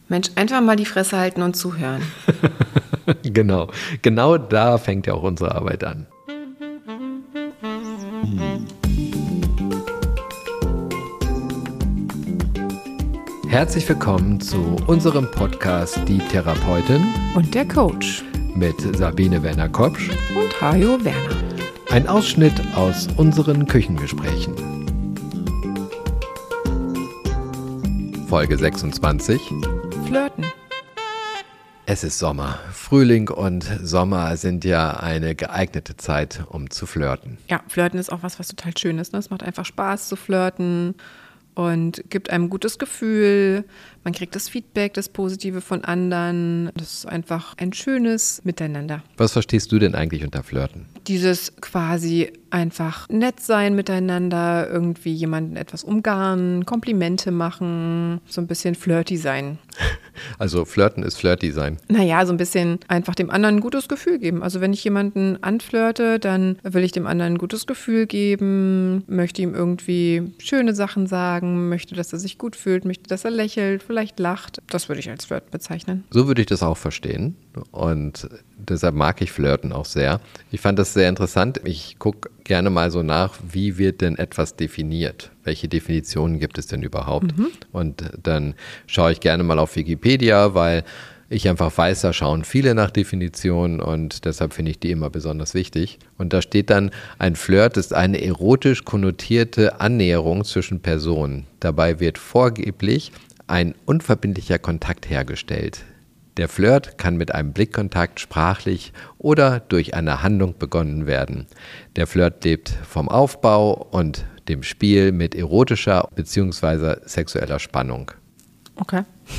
Mensch, einfach mal die Fresse halten und zuhören. Genau da fängt ja auch unsere Arbeit an. Herzlich willkommen zu unserem Podcast Die Therapeutin Und der Coach. mit Sabine Werner-Kopsch Und Hajo Werner. Ein Ausschnitt aus unseren Küchengesprächen. Folge 26. Flirten. Es ist Sommer. Frühling und Sommer sind ja eine geeignete Zeit, um zu flirten. Ja, Flirten ist auch was total Schönes. Ne? Es macht einfach Spaß zu flirten und gibt einem ein gutes Gefühl. Man kriegt das Feedback, das Positive von anderen. Das ist einfach ein schönes Miteinander. Was verstehst du denn eigentlich unter Flirten? Dieses quasi einfach nett sein miteinander, irgendwie jemanden etwas umgarnen, Komplimente machen, so ein bisschen flirty sein. Also Flirten ist flirty sein. Naja, so ein bisschen einfach dem anderen ein gutes Gefühl geben. Also wenn ich jemanden anflirte, dann will ich dem anderen ein gutes Gefühl geben, möchte ihm irgendwie schöne Sachen sagen, möchte, dass er sich gut fühlt, möchte, dass er lächelt, vielleicht lacht. Das würde ich als Flirt bezeichnen. So würde ich das auch verstehen und deshalb mag ich Flirten auch sehr. Ich fand das sehr interessant. Ich gucke gerne mal so nach, wie wird denn etwas definiert? Welche Definitionen gibt es denn überhaupt? Und dann schaue ich gerne mal auf Wikipedia, weil ich einfach weiß, da schauen viele nach Definitionen und deshalb finde ich die immer besonders wichtig. Und da steht dann, ein Flirt ist eine erotisch konnotierte Annäherung zwischen Personen. Dabei wird vorgeblich ein unverbindlicher Kontakt hergestellt. Der Flirt kann mit einem Blickkontakt sprachlich oder durch eine Handlung begonnen werden. Der Flirt lebt vom Aufbau und dem Spiel mit erotischer bzw. sexueller Spannung. Okay.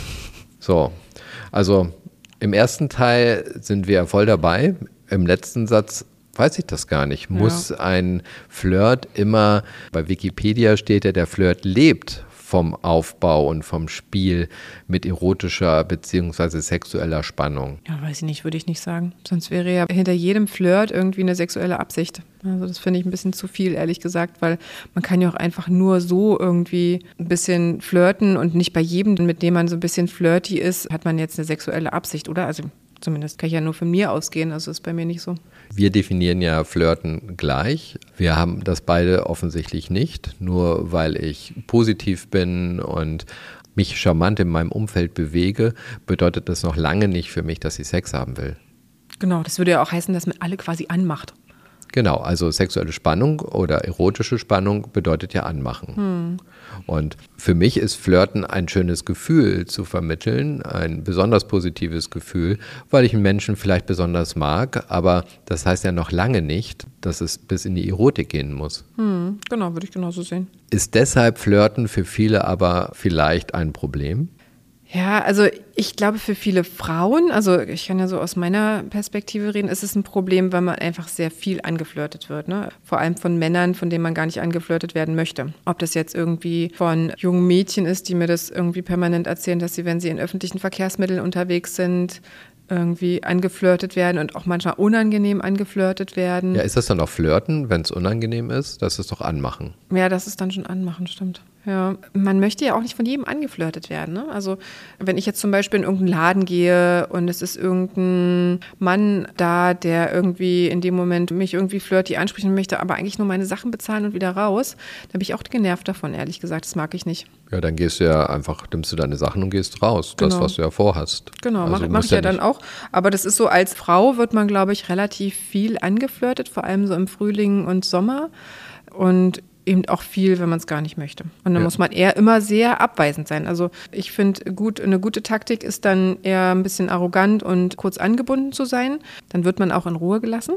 So, also im ersten Teil sind wir voll dabei. Im letzten Satz weiß ich das gar nicht. Muss ein Flirt immer, bei Wikipedia steht ja, der Flirt lebt vom Aufbau und vom Spiel mit erotischer bzw. sexueller Spannung. Ja, weiß ich nicht, würde ich nicht sagen. Sonst wäre ja hinter jedem Flirt irgendwie eine sexuelle Absicht. Also das finde ich ein bisschen zu viel, ehrlich gesagt, weil man kann ja auch einfach nur so irgendwie ein bisschen flirten und nicht bei jedem, mit dem man so ein bisschen flirty ist, hat man jetzt eine sexuelle Absicht, oder? Also zumindest kann ich ja nur von mir ausgehen, also ist bei mir nicht so. Wir definieren ja Flirten gleich. Wir haben das beide offensichtlich nicht, nur weil ich positiv bin und mich charmant in meinem Umfeld bewege, bedeutet das noch lange nicht für mich, dass ich Sex haben will. Genau, das würde ja auch heißen, dass man alle quasi anmacht. Genau, also sexuelle Spannung oder erotische Spannung bedeutet ja anmachen. Und für mich ist Flirten ein schönes Gefühl zu vermitteln, ein besonders positives Gefühl, weil ich einen Menschen vielleicht besonders mag, aber das heißt ja noch lange nicht, dass es bis in die Erotik gehen muss. Genau, würde ich genauso sehen. Ist deshalb Flirten für viele aber vielleicht ein Problem? Ja, also ich glaube für viele Frauen, also ich kann ja so aus meiner Perspektive reden, ist es ein Problem, weil man einfach sehr viel angeflirtet wird, ne? Vor allem von Männern, von denen man gar nicht angeflirtet werden möchte. Ob das jetzt irgendwie von jungen Mädchen ist, die mir das irgendwie permanent erzählen, dass sie, wenn sie in öffentlichen Verkehrsmitteln unterwegs sind, irgendwie angeflirtet werden und auch manchmal unangenehm angeflirtet werden. Ja, ist das dann auch Flirten, wenn es unangenehm ist? Das ist doch Anmachen. Ja, das ist dann schon Anmachen, stimmt. Ja, man möchte ja auch nicht von jedem angeflirtet werden, ne? Also wenn ich jetzt zum Beispiel in irgendeinen Laden gehe und es ist irgendein Mann da, der irgendwie in dem Moment mich irgendwie flirty anspricht und möchte aber eigentlich nur meine Sachen bezahlen und wieder raus, dann bin ich auch genervt davon, ehrlich gesagt. Das mag ich nicht. Ja, dann gehst du ja einfach, nimmst du deine Sachen und gehst raus. Das, Genau. was du ja vorhast. Genau, Also mach ich ja dann auch. Aber das ist so, als Frau wird man, glaube ich, relativ viel angeflirtet, vor allem so im Frühling und Sommer. Und eben auch viel, wenn man es gar nicht möchte. Und dann muss man eher immer sehr abweisend sein. Also ich finde, eine gute Taktik ist dann eher ein bisschen arrogant und kurz angebunden zu sein. Dann wird man auch in Ruhe gelassen.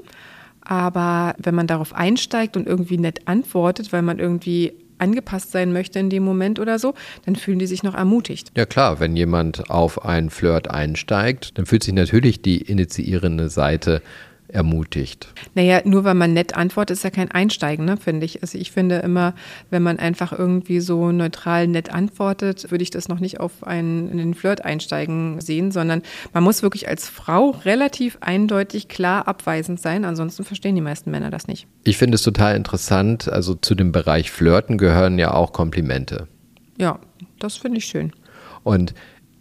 Aber wenn man darauf einsteigt und irgendwie nett antwortet, weil man irgendwie angepasst sein möchte in dem Moment oder so, dann fühlen die sich noch ermutigt. Ja klar, wenn jemand auf einen Flirt einsteigt, dann fühlt sich natürlich die initiierende Seite ermutigt. Naja, nur weil man nett antwortet, ist ja kein Einsteigen, ne, finde ich. Also ich finde immer, wenn man einfach irgendwie so neutral nett antwortet, würde ich das noch nicht in den Flirt einsteigen sehen, sondern man muss wirklich als Frau relativ eindeutig klar abweisend sein, ansonsten verstehen die meisten Männer das nicht. Ich finde es total interessant, also zu dem Bereich Flirten gehören ja auch Komplimente. Ja, das finde ich schön. Und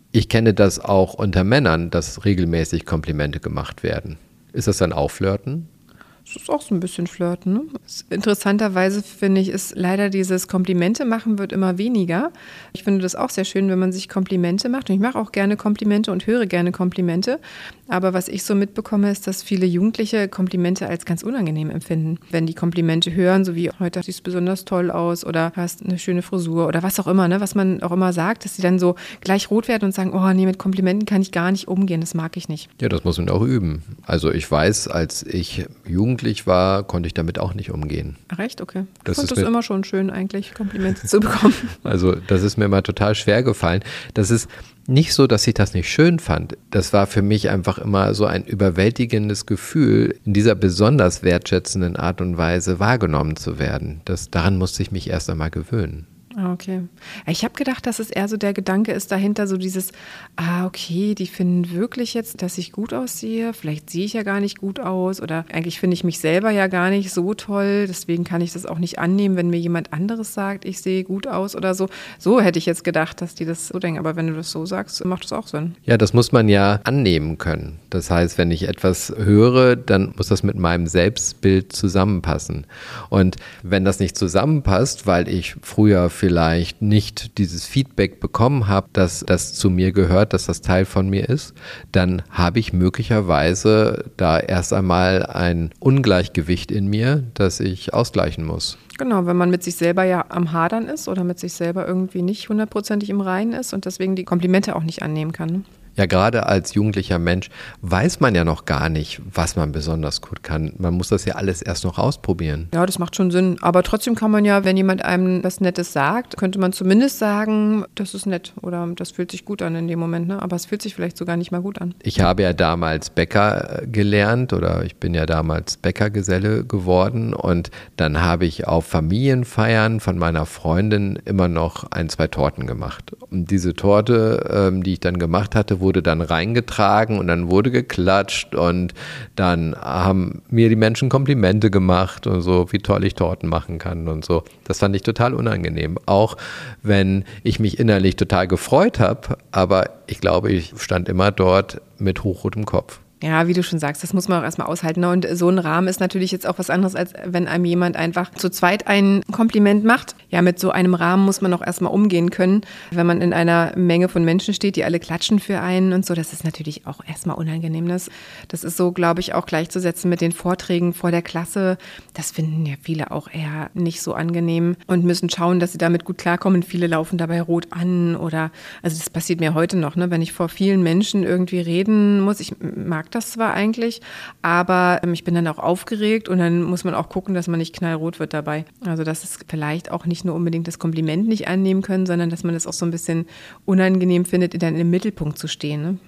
Ich kenne das auch unter Männern, dass regelmäßig Komplimente gemacht werden. Ist das dann auch Flirten? Das ist auch so ein bisschen Flirten. Ne? Interessanterweise finde ich, ist leider dieses Komplimente machen wird immer weniger. Ich finde das auch sehr schön, wenn man sich Komplimente macht. Und ich mache auch gerne Komplimente und höre gerne Komplimente. Aber was ich so mitbekomme, ist, dass viele Jugendliche Komplimente als ganz unangenehm empfinden. Wenn die Komplimente hören, so wie heute siehst du besonders toll aus oder hast eine schöne Frisur oder was auch immer, ne, was man auch immer sagt, dass sie dann so gleich rot werden und sagen, oh nee, mit Komplimenten kann ich gar nicht umgehen, das mag ich nicht. Ja, das muss man auch üben. Also ich weiß, als ich jugendlich war, konnte ich damit auch nicht umgehen. Ach echt? Okay. Ich fand das immer schon schön eigentlich, Komplimente zu bekommen. Also das ist mir immer total schwer gefallen. Das ist nicht so, dass ich das nicht schön fand. Das war für mich einfach immer so ein überwältigendes Gefühl, in dieser besonders wertschätzenden Art und Weise wahrgenommen zu werden. Daran musste ich mich erst einmal gewöhnen. Ah, okay. Ich habe gedacht, dass es eher so der Gedanke ist dahinter, so dieses, okay, die finden wirklich jetzt, dass ich gut aussehe. Vielleicht sehe ich ja gar nicht gut aus oder eigentlich finde ich mich selber ja gar nicht so toll. Deswegen kann ich das auch nicht annehmen, wenn mir jemand anderes sagt, ich sehe gut aus oder so. So hätte ich jetzt gedacht, dass die das so denken. Aber wenn du das so sagst, macht das auch Sinn. Ja, das muss man ja annehmen können. Das heißt, wenn ich etwas höre, dann muss das mit meinem Selbstbild zusammenpassen. Und wenn das nicht zusammenpasst, weil ich früher vielleicht nicht dieses Feedback bekommen habe, dass das zu mir gehört, dass das Teil von mir ist, dann habe ich möglicherweise da erst einmal ein Ungleichgewicht in mir, das ich ausgleichen muss. Genau, wenn man mit sich selber ja am Hadern ist oder mit sich selber irgendwie nicht 100%ig im Reinen ist und deswegen die Komplimente auch nicht annehmen kann. Ne? Ja, gerade als jugendlicher Mensch weiß man ja noch gar nicht, was man besonders gut kann. Man muss das ja alles erst noch ausprobieren. Ja, das macht schon Sinn. Aber trotzdem kann man ja, wenn jemand einem was Nettes sagt, könnte man zumindest sagen, das ist nett oder das fühlt sich gut an in dem Moment. Ne? Aber es fühlt sich vielleicht sogar nicht mal gut an. Ich habe ja damals Bäcker gelernt oder ich bin ja damals Bäckergeselle geworden und dann habe ich auf Familienfeiern von meiner Freundin immer noch 1, 2 Torten gemacht. Und diese Torte, die ich dann gemacht hatte, wurde dann reingetragen und dann wurde geklatscht und dann haben mir die Menschen Komplimente gemacht und so, wie toll ich Torten machen kann und so. Das fand ich total unangenehm, auch wenn ich mich innerlich total gefreut habe, aber ich glaube, ich stand immer dort mit hochrotem Kopf. Ja, wie du schon sagst, das muss man auch erstmal aushalten. Und so ein Rahmen ist natürlich jetzt auch was anderes, als wenn einem jemand einfach zu zweit ein Kompliment macht. Ja, mit so einem Rahmen muss man auch erstmal umgehen können. Wenn man in einer Menge von Menschen steht, die alle klatschen für einen und so, das ist natürlich auch erstmal unangenehm. Das ist so, glaube ich, auch gleichzusetzen mit den Vorträgen vor der Klasse. Das finden ja viele auch eher nicht so angenehm und müssen schauen, dass sie damit gut klarkommen. Viele laufen dabei rot an oder, also das passiert mir heute noch, ne, wenn ich vor vielen Menschen irgendwie reden muss. Ich mag das zwar eigentlich, aber ich bin dann auch aufgeregt und dann muss man auch gucken, dass man nicht knallrot wird dabei. Also das ist vielleicht auch nicht nur unbedingt das Kompliment nicht annehmen können, sondern dass man das auch so ein bisschen unangenehm findet, dann im Mittelpunkt zu stehen. Ne?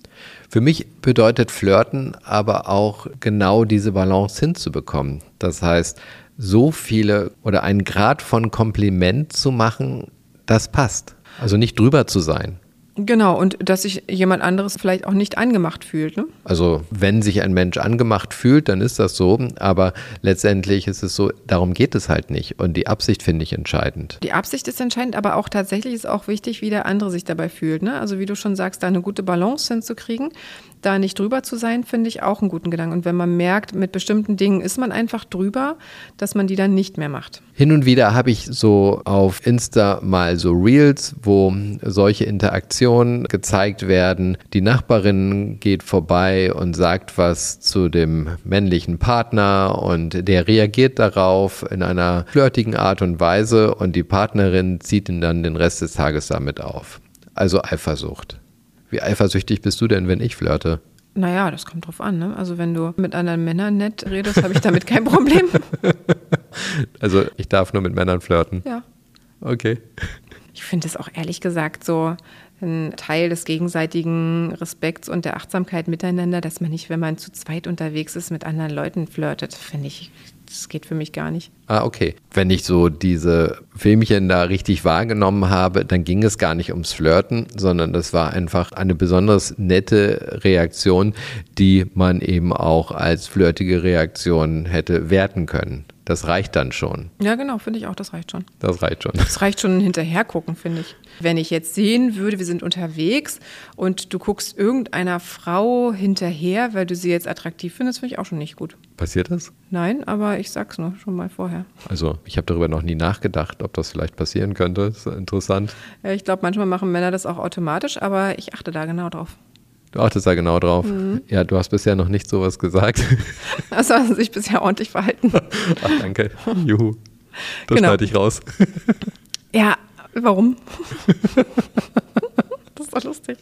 Für mich bedeutet Flirten aber auch genau diese Balance hinzubekommen. Das heißt, so viele oder einen Grad von Kompliment zu machen, das passt. Also nicht drüber zu sein. Genau, und dass sich jemand anderes vielleicht auch nicht angemacht fühlt. Ne? Also wenn sich ein Mensch angemacht fühlt, dann ist das so, aber letztendlich ist es so, darum geht es halt nicht und die Absicht finde ich entscheidend. Die Absicht ist entscheidend, aber auch tatsächlich ist auch wichtig, wie der andere sich dabei fühlt. Ne? Also wie du schon sagst, da eine gute Balance hinzukriegen, da nicht drüber zu sein, finde ich auch einen guten Gedanken. Und wenn man merkt, mit bestimmten Dingen ist man einfach drüber, dass man die dann nicht mehr macht. Hin und wieder habe ich so auf Insta mal so Reels, wo solche Interaktionen gezeigt werden. Die Nachbarin geht vorbei und sagt was zu dem männlichen Partner und der reagiert darauf in einer flirtigen Art und Weise und die Partnerin zieht ihn dann den Rest des Tages damit auf. Also Eifersucht. Wie eifersüchtig bist du denn, wenn ich flirte? Naja, das kommt drauf an. Ne? Also wenn du mit anderen Männern nett redest, habe ich damit kein Problem. Also ich darf nur mit Männern flirten? Ja. Okay. Ich finde es auch ehrlich gesagt so ein Teil des gegenseitigen Respekts und der Achtsamkeit miteinander, dass man nicht, wenn man zu zweit unterwegs ist, mit anderen Leuten flirtet, finde ich, das geht für mich gar nicht. Ah, okay. Wenn ich so diese Filmchen da richtig wahrgenommen habe, dann ging es gar nicht ums Flirten, sondern das war einfach eine besonders nette Reaktion, die man eben auch als flirtige Reaktion hätte werten können. Das reicht dann schon. Ja, genau, finde ich auch, das reicht schon. Das reicht schon. Das reicht schon hinterher gucken, finde ich. Wenn ich jetzt sehen würde, wir sind unterwegs und du guckst irgendeiner Frau hinterher, weil du sie jetzt attraktiv findest, finde ich auch schon nicht gut. Passiert das? Nein, aber ich sag's nur schon mal vorher. Also ich habe darüber noch nie nachgedacht, ob das vielleicht passieren könnte. Das ist interessant. Ja, ich glaube, manchmal machen Männer das auch automatisch, aber ich achte da genau drauf. Du achtest da genau drauf. Ja, du hast bisher noch nicht sowas gesagt. Also hast du sich bisher ordentlich verhalten. Ach, danke. Juhu. Das Genau. schneide ich raus. Ja, warum? Das ist doch lustig.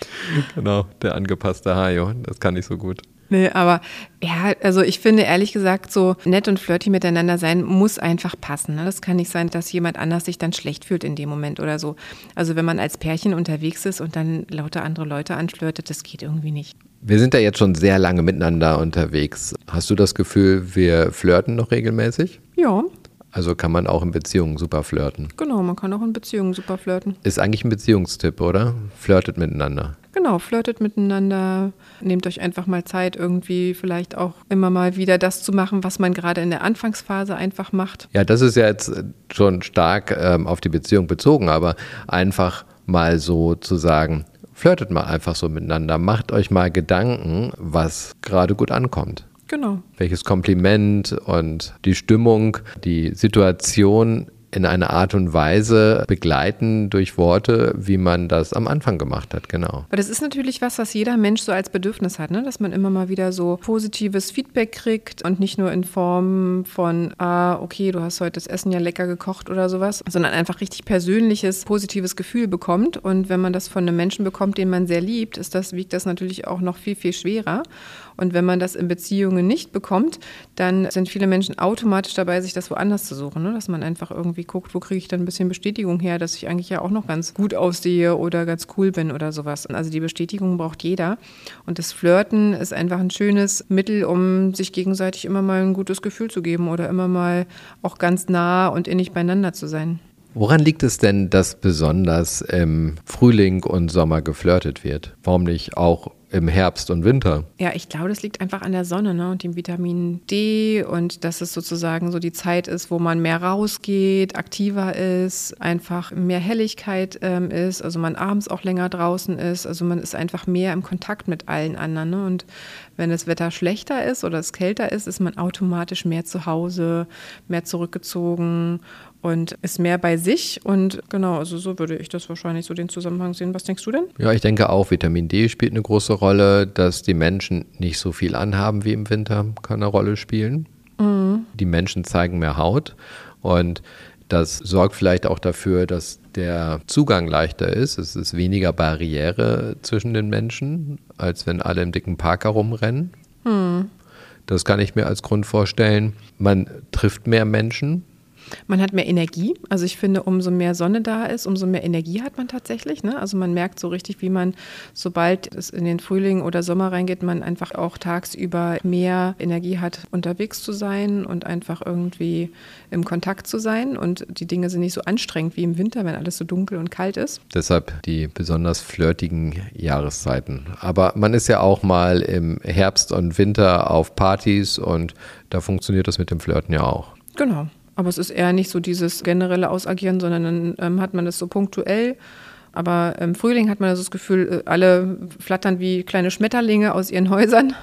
Genau, der angepasste Hajo. Das kann ich so gut. Nee, aber ja, also ich finde ehrlich gesagt, so nett und flirty miteinander sein muss einfach passen. Ne? Das kann nicht sein, dass jemand anders sich dann schlecht fühlt in dem Moment oder so. Also wenn man als Pärchen unterwegs ist und dann lauter andere Leute anflirtet, das geht irgendwie nicht. Wir sind ja jetzt schon sehr lange miteinander unterwegs. Hast du das Gefühl, wir flirten noch regelmäßig? Ja, Also kann man auch in Beziehungen super flirten. genau, man kann auch in Beziehungen super flirten. Ist eigentlich ein Beziehungstipp, oder? Flirtet miteinander. Genau, flirtet miteinander, nehmt euch einfach mal Zeit, irgendwie vielleicht auch immer mal wieder das zu machen, was man gerade in der Anfangsphase einfach macht. Ja, das ist ja jetzt schon stark auf die Beziehung bezogen, aber einfach mal so zu sagen, flirtet mal einfach so miteinander, macht euch mal Gedanken, was gerade gut ankommt. Genau. Welches Kompliment und die Stimmung, die Situation in einer Art und Weise begleiten durch Worte, wie man das am Anfang gemacht hat, genau. Weil das ist natürlich was jeder Mensch so als Bedürfnis hat, ne? Dass man immer mal wieder so positives Feedback kriegt und nicht nur in Form von, okay, du hast heute das Essen ja lecker gekocht oder sowas, sondern einfach richtig persönliches, positives Gefühl bekommt. Und wenn man das von einem Menschen bekommt, den man sehr liebt, wiegt das natürlich auch noch viel, viel schwerer. Und wenn man das in Beziehungen nicht bekommt, dann sind viele Menschen automatisch dabei, sich das woanders zu suchen, ne? Dass man einfach irgendwie guckt, wo kriege ich dann ein bisschen Bestätigung her, dass ich eigentlich ja auch noch ganz gut aussehe oder ganz cool bin oder sowas. Also die Bestätigung braucht jeder. Und das Flirten ist einfach ein schönes Mittel, um sich gegenseitig immer mal ein gutes Gefühl zu geben oder immer mal auch ganz nah und innig beieinander zu sein. Woran liegt es denn, dass besonders im Frühling und Sommer geflirtet wird? Warum nicht auch im Herbst und Winter? Ja, ich glaube, das liegt einfach an der Sonne, ne, und dem Vitamin D und dass es sozusagen so die Zeit ist, wo man mehr rausgeht, aktiver ist, einfach mehr Helligkeit ist, also man abends auch länger draußen ist, also man ist einfach mehr im Kontakt mit allen anderen, ne? Und wenn das Wetter schlechter ist oder es kälter ist man automatisch mehr zu Hause, mehr zurückgezogen und ist mehr bei sich und genau, also so würde ich das wahrscheinlich so den Zusammenhang sehen. Was denkst du denn? Ja, ich denke auch, Vitamin D spielt eine große Rolle, dass die Menschen nicht so viel anhaben wie im Winter, kann eine Rolle spielen. Mhm. Die Menschen zeigen mehr Haut und das sorgt vielleicht auch dafür, dass der Zugang leichter ist. Es ist weniger Barriere zwischen den Menschen, als wenn alle im dicken Park herumrennen. Mhm. Das kann ich mir als Grund vorstellen. Man trifft mehr Menschen. Man hat mehr Energie. Also ich finde, umso mehr Sonne da ist, umso mehr Energie hat man tatsächlich, ne? Also man merkt so richtig, wie man, sobald es in den Frühling oder Sommer reingeht, man einfach auch tagsüber mehr Energie hat, unterwegs zu sein und einfach irgendwie im Kontakt zu sein. Und die Dinge sind nicht so anstrengend wie im Winter, wenn alles so dunkel und kalt ist. Deshalb die besonders flirtigen Jahreszeiten. Aber man ist ja auch mal im Herbst und Winter auf Partys und da funktioniert das mit dem Flirten ja auch. Genau. Aber es ist eher nicht so dieses generelle Ausagieren, sondern dann hat man das so punktuell. Aber im Frühling hat man das Gefühl, alle flattern wie kleine Schmetterlinge aus ihren Häusern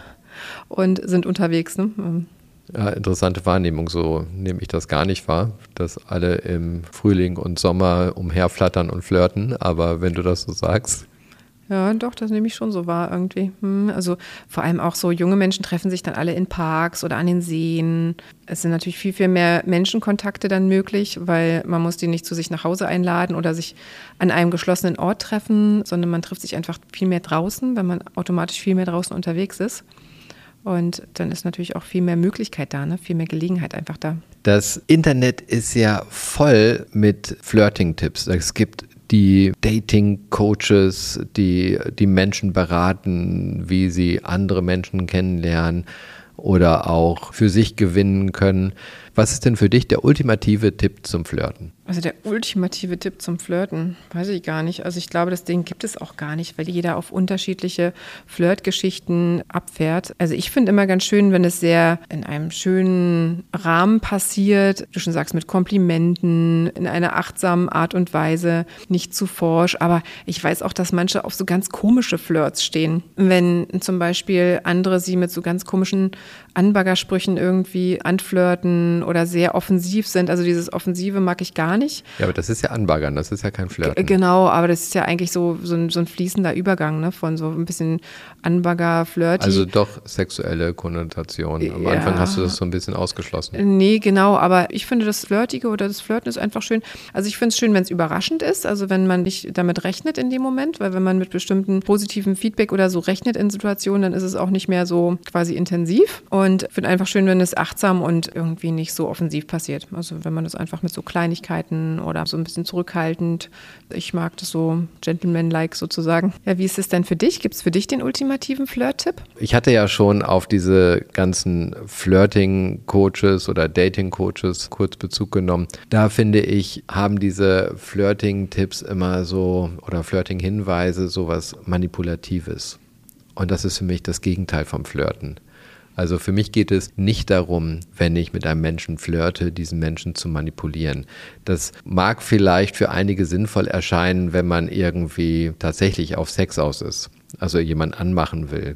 und sind unterwegs. Ne? Ja, interessante Wahrnehmung, so nehme ich das gar nicht wahr, dass alle im Frühling und Sommer umherflattern und flirten. Aber wenn du das so sagst. Ja, doch, das nehme ich schon so wahr irgendwie. Also vor allem auch so junge Menschen treffen sich dann alle in Parks oder an den Seen. Es sind natürlich viel, viel mehr Menschenkontakte dann möglich, weil man muss die nicht zu sich nach Hause einladen oder sich an einem geschlossenen Ort treffen, sondern man trifft sich einfach viel mehr draußen, weil man automatisch viel mehr draußen unterwegs ist. Und dann ist natürlich auch viel mehr Möglichkeit da, ne? Viel mehr Gelegenheit einfach da. Das Internet ist ja voll mit Flirting-Tipps. Es gibt die Dating-Coaches, die Menschen beraten, wie sie andere Menschen kennenlernen oder auch für sich gewinnen können. Was ist denn für dich der ultimative Tipp zum Flirten? Also der ultimative Tipp zum Flirten, weiß ich gar nicht. Also ich glaube, das Ding gibt es auch gar nicht, weil jeder auf unterschiedliche Flirtgeschichten abfährt. Also ich finde immer ganz schön, wenn es sehr in einem schönen Rahmen passiert. Du schon sagst, mit Komplimenten, in einer achtsamen Art und Weise, nicht zu forsch. Aber ich weiß auch, dass manche auf so ganz komische Flirts stehen. Wenn zum Beispiel andere sie mit so ganz komischen Anbaggersprüchen irgendwie anflirten oder sehr offensiv sind. Also dieses Offensive mag ich gar nicht. Ja, aber das ist ja Anbaggern, das ist ja kein Flirten. Genau, aber das ist ja eigentlich so ein fließender Übergang, ne, von so ein bisschen Anbagger, Flirty. Also doch sexuelle Konnotation. Am Anfang hast du das so ein bisschen ausgeschlossen. Nee, genau, aber ich finde das Flirtige oder das Flirten ist einfach schön. Also ich finde es schön, wenn es überraschend ist, also wenn man nicht damit rechnet in dem Moment, weil wenn man mit bestimmten positiven Feedback oder so rechnet in Situationen, dann ist es auch nicht mehr so quasi intensiv. Und ich finde einfach schön, wenn es achtsam und irgendwie nicht so offensiv passiert. Also wenn man das einfach mit so Kleinigkeiten oder so ein bisschen zurückhaltend. Ich mag das so gentleman-like sozusagen. Ja, wie ist es denn für dich? Gibt es für dich den ultimativen Flirt-Tipp? Ich hatte ja schon auf diese ganzen Flirting-Coaches oder Dating-Coaches kurz Bezug genommen. Da finde ich, haben diese Flirting-Tipps immer so oder Flirting-Hinweise sowas Manipulatives. Und das ist für mich das Gegenteil vom Flirten. Also für mich geht es nicht darum, wenn ich mit einem Menschen flirte, diesen Menschen zu manipulieren. Das mag vielleicht für einige sinnvoll erscheinen, wenn man irgendwie tatsächlich auf Sex aus ist, also jemanden anmachen will.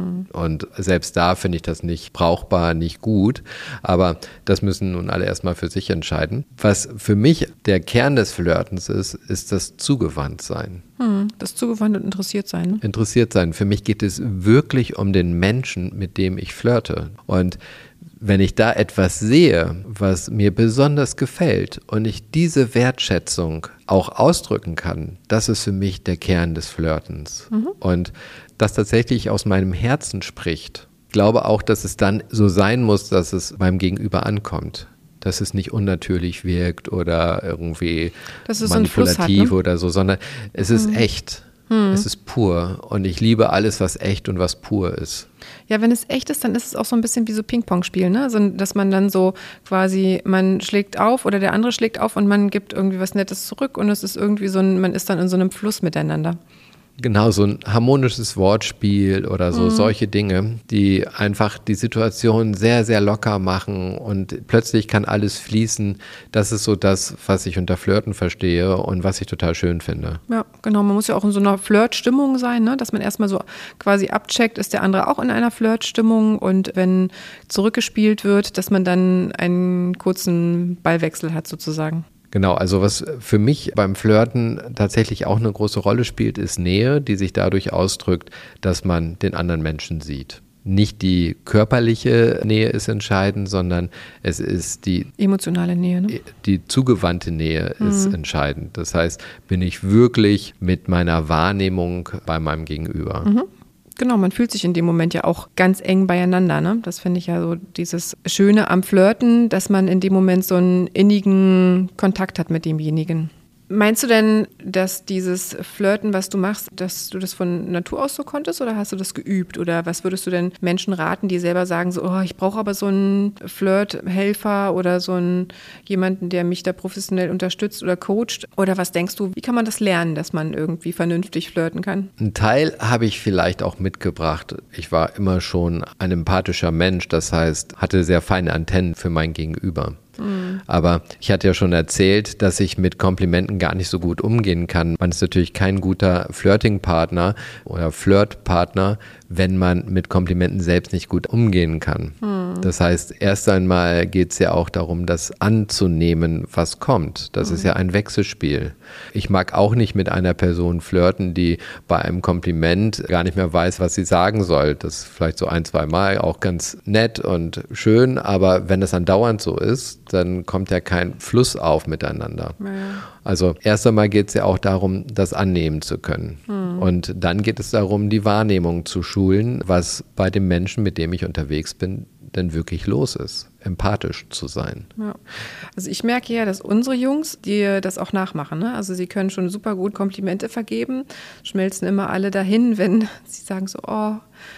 Und selbst da finde ich das nicht brauchbar, nicht gut. Aber das müssen nun alle erstmal für sich entscheiden. Was für mich der Kern des Flirtens ist das Zugewandtsein. Das zugewandt und interessiert sein. Ne? Interessiert sein. Für mich geht es wirklich um den Menschen, mit dem ich flirte. Und wenn ich da etwas sehe, was mir besonders gefällt und ich diese Wertschätzung auch ausdrücken kann, das ist für mich der Kern des Flirtens. Und das tatsächlich aus meinem Herzen spricht. Ich glaube auch, dass es dann so sein muss, dass es beim Gegenüber ankommt. Dass es nicht unnatürlich wirkt oder irgendwie manipulativ so oder so, sondern es ist echt. Es ist pur und ich liebe alles, was echt und was pur ist. Ja, wenn es echt ist, dann ist es auch so ein bisschen wie so Ping-Pong-Spielen, ne? Also, dass man dann so quasi, man schlägt auf oder der andere schlägt auf und man gibt irgendwie was Nettes zurück und es ist irgendwie man ist dann in so einem Fluss miteinander. Genau, so ein harmonisches Wortspiel oder so, solche Dinge, die einfach die Situation sehr, sehr locker machen und plötzlich kann alles fließen. Das ist so das, was ich unter Flirten verstehe und was ich total schön finde. Ja, genau. Man muss ja auch in so einer Flirtstimmung sein, ne? Dass man erstmal so quasi abcheckt, ist der andere auch in einer Flirtstimmung und wenn zurückgespielt wird, dass man dann einen kurzen Ballwechsel hat sozusagen. Genau, also was für mich beim Flirten tatsächlich auch eine große Rolle spielt, ist Nähe, die sich dadurch ausdrückt, dass man den anderen Menschen sieht. Nicht die körperliche Nähe ist entscheidend, sondern es ist die emotionale Nähe, ne? Die zugewandte Nähe ist entscheidend. Das heißt, bin ich wirklich mit meiner Wahrnehmung bei meinem Gegenüber. Genau, man fühlt sich in dem Moment ja auch ganz eng beieinander, ne? Das finde ich ja so dieses Schöne am Flirten, dass man in dem Moment so einen innigen Kontakt hat mit demjenigen. Meinst du denn, dass dieses Flirten, was du machst, dass du das von Natur aus so konntest oder hast du das geübt? Oder was würdest du denn Menschen raten, die selber sagen, so, oh, ich brauche aber so einen Flirthelfer oder so einen jemanden, der mich da professionell unterstützt oder coacht? Oder was denkst du, wie kann man das lernen, dass man irgendwie vernünftig flirten kann? Ein Teil habe ich vielleicht auch mitgebracht. Ich war immer schon ein empathischer Mensch, das heißt, hatte sehr feine Antennen für mein Gegenüber. Aber ich hatte ja schon erzählt, dass ich mit Komplimenten gar nicht so gut umgehen kann. Man ist natürlich kein guter Flirting-Partner oder Flirtpartner, wenn man mit Komplimenten selbst nicht gut umgehen kann. Das heißt, erst einmal geht es ja auch darum, das anzunehmen, was kommt. Das ist ja ein Wechselspiel. Ich mag auch nicht mit einer Person flirten, die bei einem Kompliment gar nicht mehr weiß, was sie sagen soll. Das ist vielleicht so 1-2 Mal auch ganz nett und schön, aber wenn das andauernd so ist, dann kommt ja kein Fluss auf miteinander. Ja. Also erst einmal geht es ja auch darum, das annehmen zu können. Und dann geht es darum, die Wahrnehmung zu schulen, was bei dem Menschen, mit dem ich unterwegs bin, denn wirklich los ist, empathisch zu sein. Ja. Also ich merke ja, dass unsere Jungs, die das auch nachmachen, ne? Also sie können schon super gut Komplimente vergeben, schmelzen immer alle dahin, wenn sie sagen so, oh,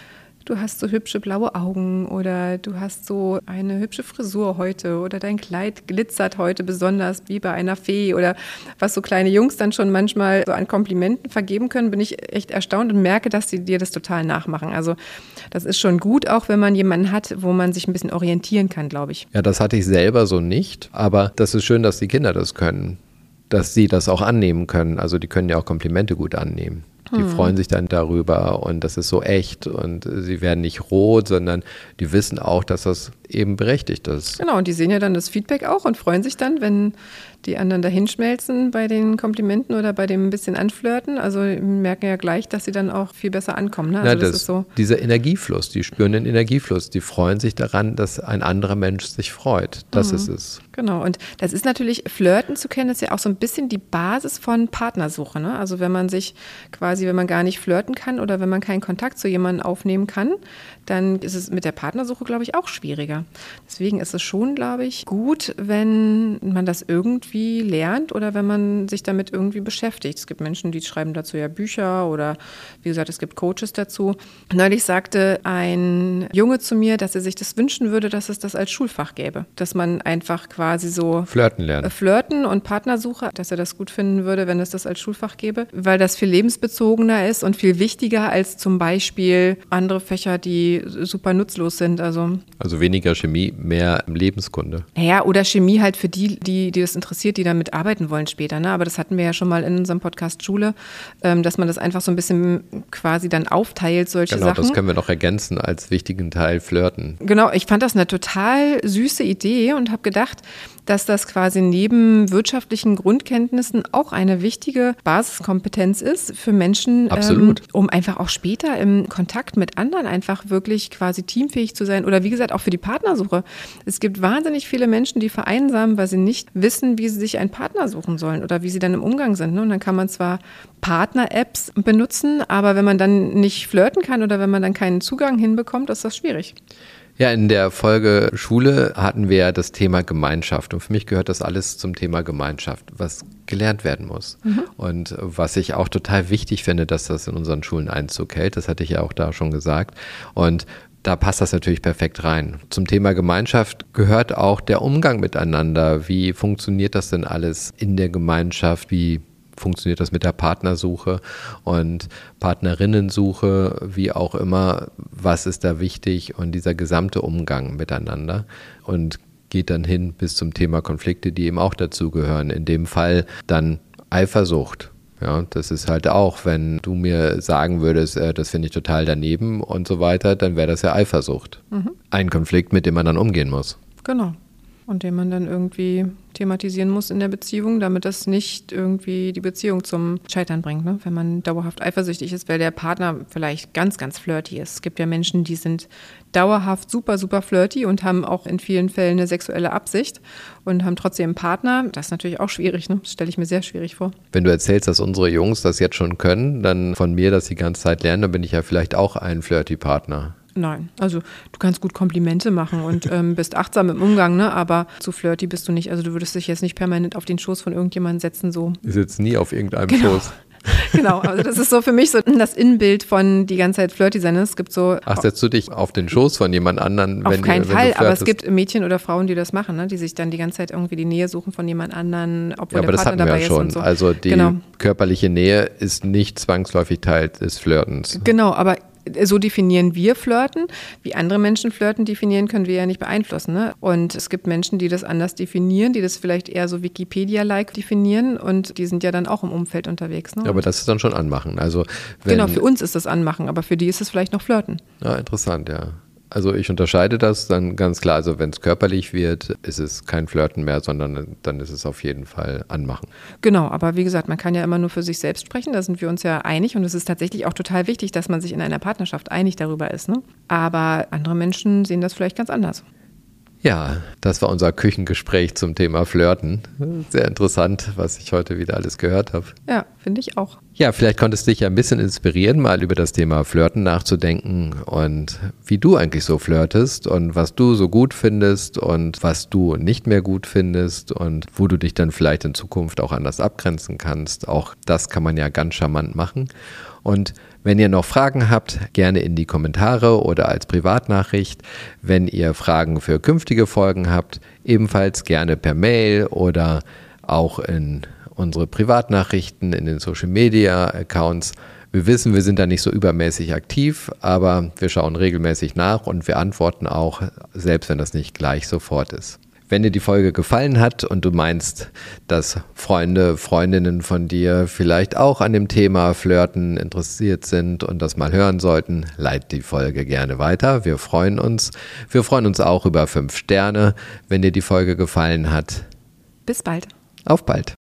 du hast so hübsche blaue Augen oder du hast so eine hübsche Frisur heute oder dein Kleid glitzert heute besonders wie bei einer Fee oder was so kleine Jungs dann schon manchmal so an Komplimenten vergeben können, bin ich echt erstaunt und merke, dass sie dir das total nachmachen. Also das ist schon gut, auch wenn man jemanden hat, wo man sich ein bisschen orientieren kann, glaube ich. Ja, das hatte ich selber so nicht, aber das ist schön, dass die Kinder das können, dass sie das auch annehmen können. Also die können ja auch Komplimente gut annehmen. Die freuen sich dann darüber und das ist so echt und sie werden nicht rot, sondern die wissen auch, dass das eben berechtigt ist. Genau, und die sehen ja dann das Feedback auch und freuen sich dann, wenn die anderen dahin schmelzen bei den Komplimenten oder bei dem ein bisschen Anflirten. Also merken ja gleich, dass sie dann auch viel besser ankommen. Ne? Also das ist so. Dieser Energiefluss, die spüren den Energiefluss, die freuen sich daran, dass ein anderer Mensch sich freut. Das ist es. Genau, und das ist natürlich, Flirten zu kennen, ist ja auch so ein bisschen die Basis von Partnersuche. Ne? Also wenn man sich quasi, wenn man gar nicht flirten kann oder wenn man keinen Kontakt zu jemandem aufnehmen kann, dann ist es mit der Partnersuche, glaube ich, auch schwieriger. Deswegen ist es schon, glaube ich, gut, wenn man das irgendwie lernt oder wenn man sich damit irgendwie beschäftigt. Es gibt Menschen, die schreiben dazu ja Bücher oder wie gesagt, es gibt Coaches dazu. Neulich sagte ein Junge zu mir, dass er sich das wünschen würde, dass es das als Schulfach gäbe. Dass man einfach quasi so Flirten lernen. Flirten und Partnersuche, dass er das gut finden würde, wenn es das als Schulfach gäbe, weil das viel lebensbezogener ist und viel wichtiger als zum Beispiel andere Fächer, die super nutzlos sind. Also weniger Chemie, mehr Lebenskunde. Ja, oder Chemie halt für die das interessiert, die damit arbeiten wollen später. Ne? Aber das hatten wir ja schon mal in unserem Podcast Schule, dass man das einfach so ein bisschen quasi dann aufteilt, solche Sachen. Genau, das können wir noch ergänzen als wichtigen Teil Flirten. Genau, ich fand das eine total süße Idee und habe gedacht, dass das quasi neben wirtschaftlichen Grundkenntnissen auch eine wichtige Basiskompetenz ist für Menschen, um einfach auch später im Kontakt mit anderen einfach wirklich quasi teamfähig zu sein oder wie gesagt auch für die Partnersuche. Es gibt wahnsinnig viele Menschen, die vereinsamen, weil sie nicht wissen, wie sie sich einen Partner suchen sollen oder wie sie dann im Umgang sind. Ne? Und dann kann man zwar Partner-Apps benutzen, aber wenn man dann nicht flirten kann oder wenn man dann keinen Zugang hinbekommt, ist das schwierig. Ja, in der Folge Schule hatten wir das Thema Gemeinschaft und für mich gehört das alles zum Thema Gemeinschaft, was gelernt werden muss. Und was ich auch total wichtig finde, dass das in unseren Schulen Einzug hält, das hatte ich ja auch da schon gesagt. Und da passt das natürlich perfekt rein. Zum Thema Gemeinschaft gehört auch der Umgang miteinander. Wie funktioniert das denn alles in der Gemeinschaft? Wie funktioniert das mit der Partnersuche und Partnerinnensuche, wie auch immer, was ist da wichtig und dieser gesamte Umgang miteinander und geht dann hin bis zum Thema Konflikte, die eben auch dazugehören. In dem Fall dann Eifersucht. Ja, das ist halt auch, wenn du mir sagen würdest, das finde ich total daneben und so weiter, dann wäre das ja Eifersucht. Ein Konflikt, mit dem man dann umgehen muss. Genau. Und den man dann irgendwie thematisieren muss in der Beziehung, damit das nicht irgendwie die Beziehung zum Scheitern bringt, ne? Wenn man dauerhaft eifersüchtig ist, weil der Partner vielleicht ganz, ganz flirty ist. Es gibt ja Menschen, die sind dauerhaft super, super flirty und haben auch in vielen Fällen eine sexuelle Absicht und haben trotzdem einen Partner. Das ist natürlich auch schwierig, ne? Das stelle ich mir sehr schwierig vor. Wenn du erzählst, dass unsere Jungs das jetzt schon können, dann von mir das die ganze Zeit lernen, dann bin ich ja vielleicht auch ein flirty Partner. Nein, also du kannst gut Komplimente machen und bist achtsam im Umgang, ne? Aber zu flirty bist du nicht. Also du würdest dich jetzt nicht permanent auf den Schoß von irgendjemandem setzen. So. Ich sitze nie auf irgendeinem Schoß. Genau, also das ist so für mich so das Innenbild von die ganze Zeit flirty sein. Es gibt so. Ach, setzt du dich auf den Schoß von jemand anderen? Auf keinen Fall, aber es gibt Mädchen oder Frauen, die das machen, ne? Die sich dann die ganze Zeit irgendwie die Nähe suchen von jemand anderen, obwohl der Partner dabei ist und so. Also die körperliche Nähe ist nicht zwangsläufig Teil des Flirtens. Genau, aber so definieren wir Flirten. Wie andere Menschen Flirten definieren, können wir ja nicht beeinflussen. Ne? Und es gibt Menschen, die das anders definieren, die das vielleicht eher so Wikipedia-like definieren und die sind ja dann auch im Umfeld unterwegs. Ne? Aber das ist dann schon Anmachen. Also genau, für uns ist das Anmachen, aber für die ist es vielleicht noch Flirten. Ja, interessant, ja. Also ich unterscheide das dann ganz klar. Also wenn es körperlich wird, ist es kein Flirten mehr, sondern dann ist es auf jeden Fall Anmachen. Genau, aber wie gesagt, man kann ja immer nur für sich selbst sprechen. Da sind wir uns ja einig und es ist tatsächlich auch total wichtig, dass man sich in einer Partnerschaft einig darüber ist. Ne? Aber andere Menschen sehen das vielleicht ganz anders. Ja, das war unser Küchengespräch zum Thema Flirten. Sehr interessant, was ich heute wieder alles gehört habe. Ja, finde ich auch. Ja, vielleicht konntest du dich ja ein bisschen inspirieren, mal über das Thema Flirten nachzudenken und wie du eigentlich so flirtest und was du so gut findest und was du nicht mehr gut findest und wo du dich dann vielleicht in Zukunft auch anders abgrenzen kannst. Auch das kann man ja ganz charmant machen. Und wenn ihr noch Fragen habt, gerne in die Kommentare oder als Privatnachricht. Wenn ihr Fragen für künftige Folgen habt, ebenfalls gerne per Mail oder auch in unsere Privatnachrichten, in den Social Media Accounts. Wir wissen, wir sind da nicht so übermäßig aktiv, aber wir schauen regelmäßig nach und wir antworten auch, selbst wenn das nicht gleich sofort ist. Wenn dir die Folge gefallen hat und du meinst, dass Freunde, Freundinnen von dir vielleicht auch an dem Thema Flirten interessiert sind und das mal hören sollten, leite die Folge gerne weiter. Wir freuen uns. Wir freuen uns auch über 5 Sterne, wenn dir die Folge gefallen hat. Bis bald. Auf bald.